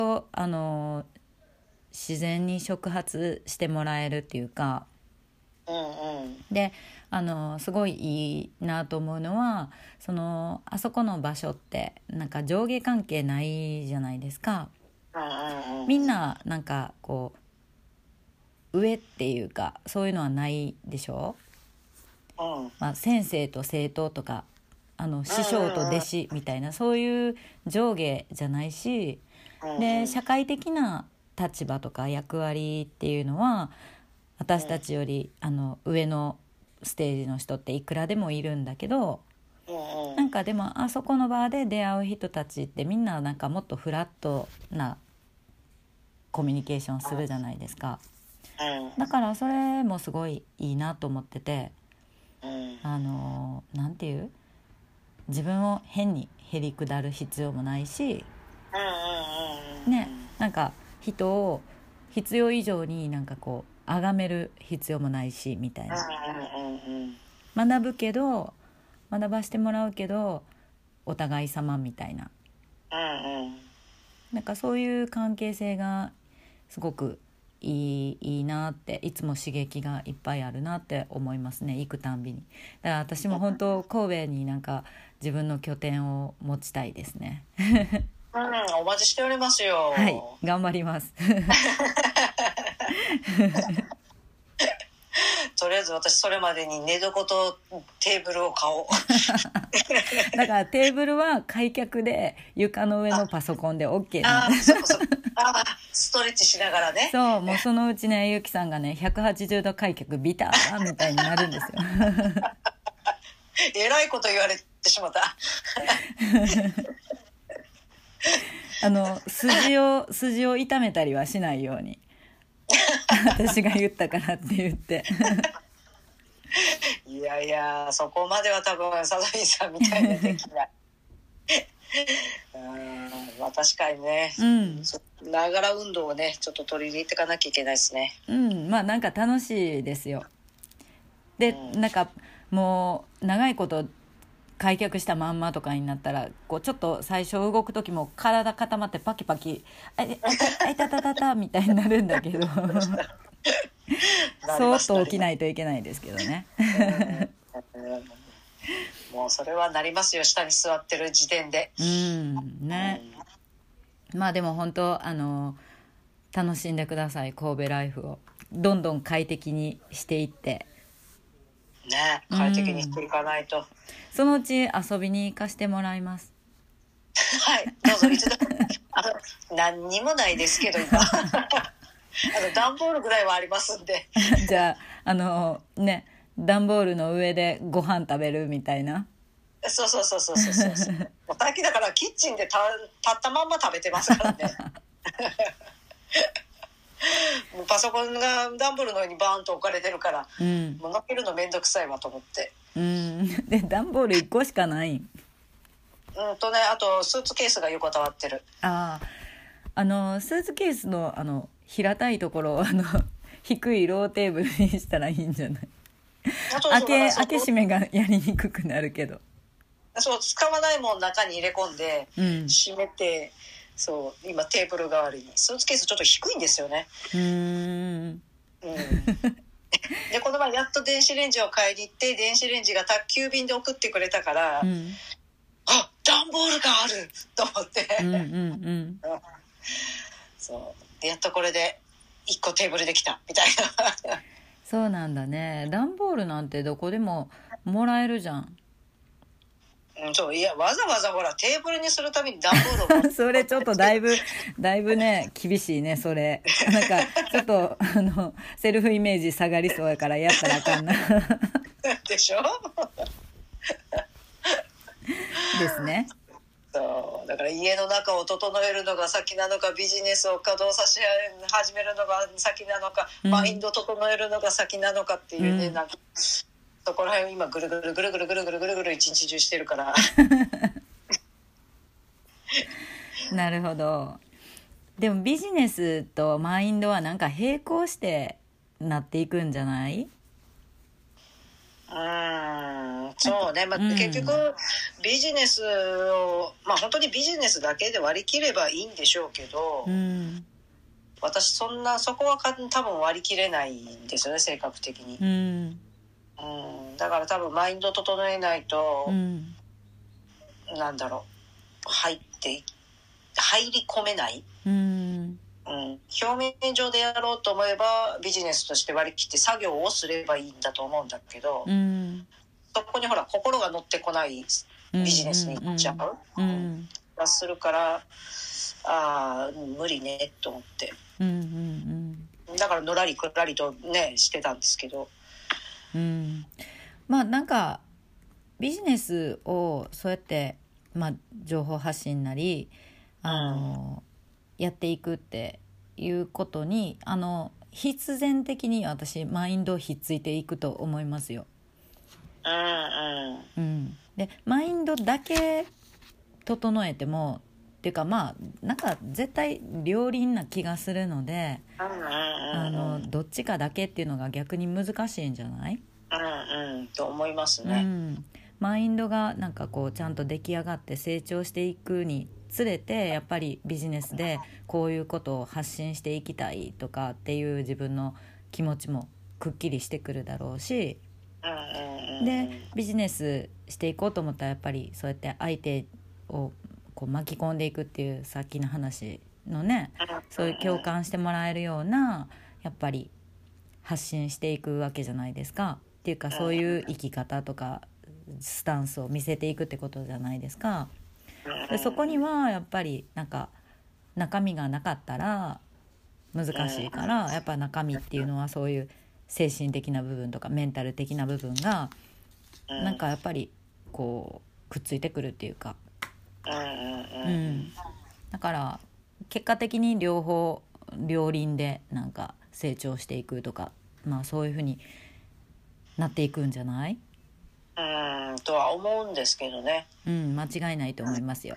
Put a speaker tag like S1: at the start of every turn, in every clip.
S1: あの自然に触発してもらえるっていうか、
S2: うんうん。
S1: で、すごいいいなと思うのは、あそこの場所ってなんか上下関係ないじゃないですか。
S2: うんうんうん。
S1: みんななんかこう上っていうかそういうのはないでしょ。
S2: うん。うん
S1: まあ、先生と生徒とか
S2: う
S1: 師匠と弟
S2: ん
S1: 子みたいなそういう上下じゃないし、
S2: うんうん
S1: で社会的な立場とか役割っていうのは私たちより上のステージの人っていくらでもいるんだけど、
S2: うんうん
S1: なんかでもあそこの場で出会う人たちってみんななんかもっとフラットなコミュニケーションするじゃないですか。だからそれもすごいいいなと思ってて、
S2: うん
S1: なんていう、自分を変にへりくだる必要もないしね、なんか人を必要以上になんかこう崇める必要もないしみたいな。学ぶけど学ばしてもらうけどお互い様みたいな、なんかそういう関係性がすごくいいなって、いつも刺激がいっぱいあるなって思いますね、行くたんびに。だから私も本当神戸になんか自分の拠点を持ちたいですね。
S2: お待ちしておりますよ。
S1: はい、頑張ります
S2: とりあえず私それまでに寝床とテーブルを買おう。
S1: だからテーブルは開脚で床の上のパソコンで OK な
S2: そうストレッチしながらね。
S1: そう、もうそのうちねゆきさんがね180度開脚ビターみたいになるんですよ
S2: えらいこと言われてしまった。
S1: 筋を痛めたりはしないように私が言ったからって言って
S2: いやいや、そこまでは多分佐々木さんみたいなできない。まあ確かにね、ながら運動をねちょっと取り入れていかなきゃいけないですね。
S1: まあなんか楽しいですよ。で、なんかもう長いこと開脚したまんまとかになったらこうちょっと最初動く時も体固まってパキパキあいたたたたみたいになるんだけどそーっと起きないといけないですけどね
S2: もうそれはなりますよ、下に座ってる時点で。
S1: ね、まあでも本当楽しんでください、神戸ライフをどんどん快適にしていって
S2: ね、快適にしていかないと。
S1: そのうち遊びに行かしてもらいます
S2: はいどうぞ。一度何にもないですけど今段ボールぐらいはありますんで
S1: じゃあね、段ボールの上でご飯食べるみたいな。
S2: そうもう最近だからキッチンで立ったまんま食べてますからねもうパソコンが段ボールの上にバーンと置かれてるから、もう乗っけるのめんどくさいわと思って。
S1: で段ボール1個しかないん。
S2: あとスーツケースが横たわってる。
S1: スーツケースの平たいところを低いローテーブルにしたらいいんじゃない。開け閉めがやりにくくなるけど、
S2: そう使わないもん中に入れ込んで、閉めて、そう今テーブル代わりにスーツケースちょっと低いんですよね。でこの前やっと電子レンジを買いに行って、電子レンジが宅急便で送ってくれたから、あ段ボールがあると思ってそうでやっとこれで1個テーブルできたみたいな
S1: そうなんだね。段ボールなんてどこでももらえるじゃん。
S2: そういやわざわざほらテーブルにするために段ボールを
S1: それちょっとだいぶね厳しいねそれ。なんかちょっとセルフイメージ下がりそうやからやったらあかんな
S2: でしょ
S1: ですね。
S2: そうだから家の中を整えるのが先なのか、ビジネスを稼働させ始めるのが先なのか、マインド整えるのが先なのかっていうね、なんかそこら辺今ぐるぐるぐるぐるぐるぐるぐるぐる一日中してるから
S1: なるほど。でもビジネスとマインドはなんか並行してなっていくんじゃない？
S2: そうね、結局ビジネスを、本当にビジネスだけで割り切ればいいんでしょうけど、私そこは多分割り切れないんですよね、性格的に。だから多分マインド整えないと、なんだろう、入り込めない。表面上でやろうと思えばビジネスとして割り切って作業をすればいいんだと思うんだけど、そこにほら心が乗ってこないビジネスに行っちゃう、するから無理ねと思って、だからのらりくらりとねしてたんですけど、
S1: なんかビジネスをそうやって、情報発信なりやっていくっていうことに必然的に私マインドをひっついていくと思いますよ。でマインドだけ整えてもっていうかなんか絶対両輪な気がするので、どっちかだけっていうのが逆に難しいんじゃない？
S2: と思いますね。
S1: マインドがなんかこうちゃんと出来上がって成長していくにつれて、やっぱりビジネスでこういうことを発信していきたいとかっていう自分の気持ちもくっきりしてくるだろうし、でビジネスしていこうと思ったらやっぱりそうやって相手をこう巻き込んでいくっていうさっきの話のね、そういう共感してもらえるようなやっぱり発信していくわけじゃないですか。っていうかそういう生き方とかスタンスを見せていくってことじゃないですか。でそこにはやっぱりなんか中身がなかったら難しいから、やっぱ中身っていうのはそういう精神的な部分とかメンタル的な部分がなんかやっぱりこうくっついてくるっていうか、だから結果的に両輪でなんか成長していくとか、そういう風になっていくんじゃない？
S2: とは思うんですけどね。
S1: 間違いないと思いますよ。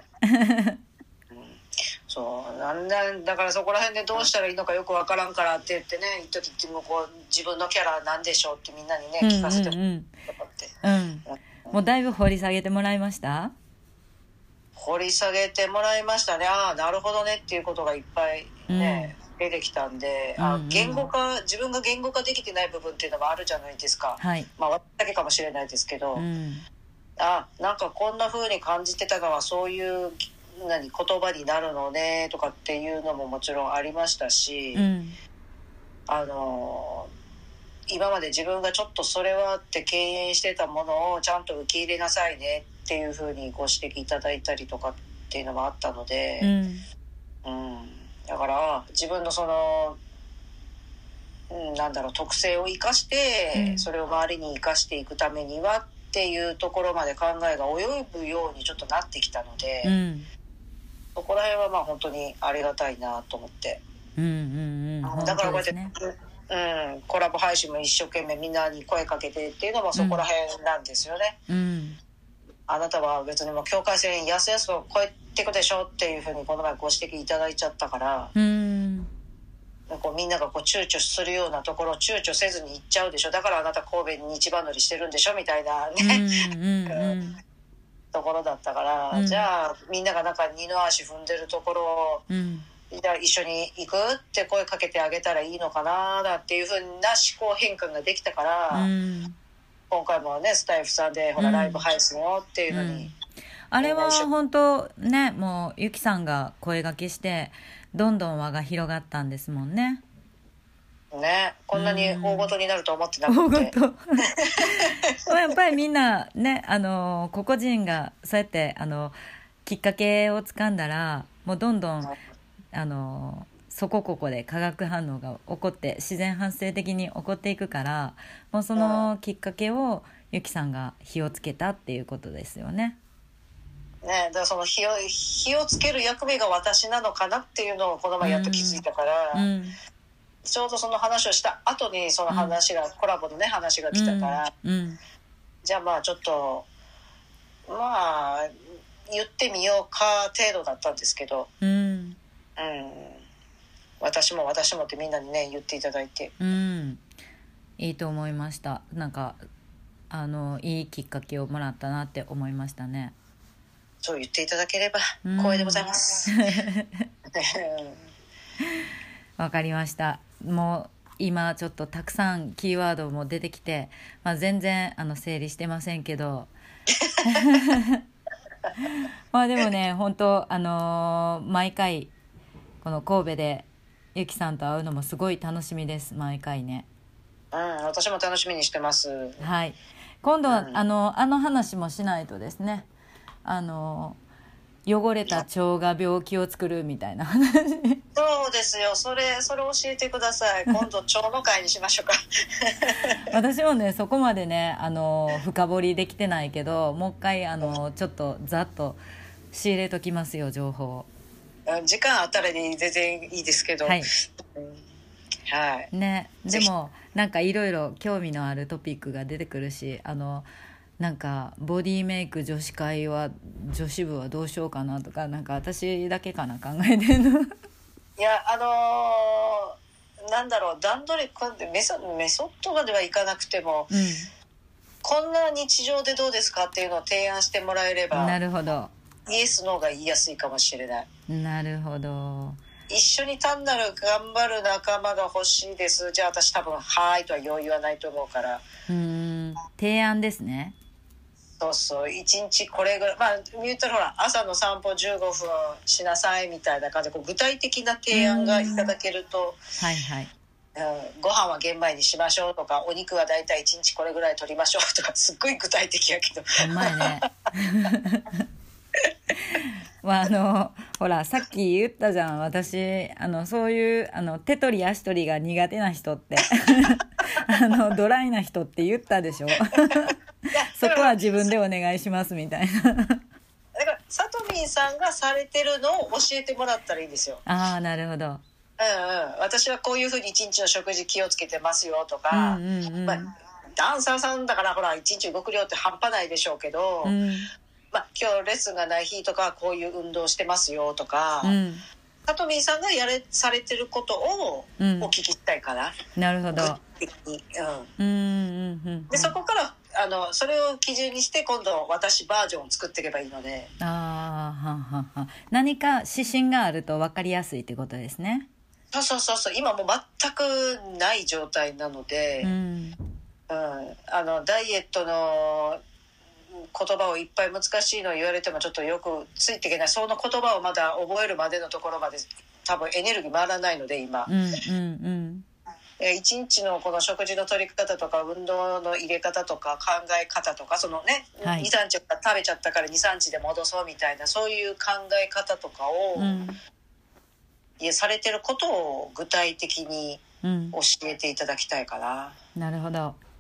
S2: そうだからそこら辺でどうしたらいいのかよくわからんからって言ってね、言った時もこう自分のキャラなんでしょうってみんなにね聞かせてもらって、
S1: もうだいぶ掘り下げてもらいました？
S2: 掘り下げてもらいましたね。なるほどねっていうことがいっぱいね、出てきたんで、自分が言語化できてない部分っていうのがあるじゃないですか。私だけかもしれないですけど、なんかこんな風に感じてたのはそういう言葉になるのねとかっていうのももちろんありましたし、今まで自分がちょっとそれはって敬遠してたものをちゃんと受け入れなさいねっていう風にご指摘いただいたりとかっていうのもあったので、だから自分のその特性を生かして、それを周りに生かしていくためにはっていうところまで考えが及ぶようにちょっとなってきたので、そこら辺は本当にありがたいなと思って、だからこうやって、コラボ配信も一生懸命みんなに声かけてっていうのもそこら辺なんですよね。あなたは別にもう境界線やすやすと超えていくでしょっていうふうにこの前ご指摘いただいちゃったから、こうみんながこう躊躇するようなところを躊躇せずに行っちゃうでしょ、だからあなた神戸に一番乗りしてるんでしょみたいなね、ところだったから、じゃあみんながなんか二の足踏んでるところを、じゃあ一緒に行くって声かけてあげたらいいのかなっていうふうな思考変換ができたから、今回もねスタイフさんでほらライブ配信をっていうのに、
S1: あれは本当ね、もうゆきさんが声掛けしてどんどん輪が広がったんですもんね。
S2: こんなに大ごとになると思ってなくて、
S1: やっぱりみんなね、個々人がそうやってきっかけをつかんだら、もうどんどんそこここで化学反応が起こって自然発生的に起こっていくから、もうそのきっかけをゆきさんが火をつけたっていうことですよね。
S2: だからその火をつける役目が私なのかなっていうのをこの前やっと気づいたから、ちょうどその話をした後にその話が、コラボのね話が来たから、じゃあちょっと言ってみようか程度だったんですけど、私もってみんなにね言っていただいて、
S1: いいと思いました。なんかいいきっかけをもらったなって思いましたね。
S2: そう言っていただければ光栄でございます。
S1: わかりました。もう今ちょっとたくさんキーワードも出てきて、全然整理してませんけどでもね本当毎回この神戸でゆきさんと会うのもすごい楽しみです。毎回ね。
S2: 私も楽しみにしてます。
S1: はい。今度は、あの話もしないとですね。汚れた腸が病気を作るみたいな話。
S2: そうですよ。それ教えてください。今度腸の会にしましょうか。
S1: 私もねそこまでね深掘りできてないけど、もう一回ちょっとざっと仕入れときますよ、情報。
S2: 時間あったら全然いいですけど。
S1: はい。
S2: はい
S1: ね、でもなんかいろいろ興味のあるトピックが出てくるし、なんかボディメイク女子会は女子部はどうしようかなとか、なんか私だけかな考えてんの。い
S2: やなんだろう、段取りメソッドまではいかなくても、こんな日常でどうですかっていうのを提案してもらえれば、
S1: なるほど、
S2: イエスノーが言いやすいかもしれない。
S1: なるほど。
S2: 一緒に単なる頑張る仲間が欲しいです。じゃあ私多分はーいとはよう言わないと思うから。
S1: 提案ですね。
S2: そうそう、一日これぐらい、言ったらほら朝の散歩15分しなさいみたいな感じで具体的な提案がいただけると、
S1: はいはい、
S2: ご飯は玄米にしましょうとか、お肉はだいたい1日これぐらい取りましょうとか、すっごい具体的やけど。
S1: ほんまやね。ほらさっき言ったじゃん、私そういう手取り足取りが苦手な人ってドライな人って言ったでしょ。そこは自分でお願いしますみたいな。だ
S2: からさとみんさんがされてるのを教えてもらったらいいんですよ。
S1: ああ、なるほど。
S2: 私はこういうふうに一日の食事気をつけてますよとか、ダンサーさんだからほら一日動く量って半端ないでしょうけど、今日レッスンがない日とかこういう運動してますよとか、さとみんさんがされてることをお聞きしたいから、
S1: なるほど。
S2: でそこからそれを基準にして今度私バージョンを作っていけばいいので。
S1: 何か指針があると分かりやすいってことですね。
S2: そう今もう全くない状態なので、ダイエットの言葉をいっぱい難しいのを言われてもちょっとよくついていけない。その言葉をまだ覚えるまでのところまで多分エネルギー回らないので今、一日のこの食事の取り方とか運動の入れ方とか考え方とか、そのね、2、3日食べちゃったから2、3日で戻そうみたいな、そういう考え方とかを、されてることを具体的に教えていただきたいかな。
S1: なるほど。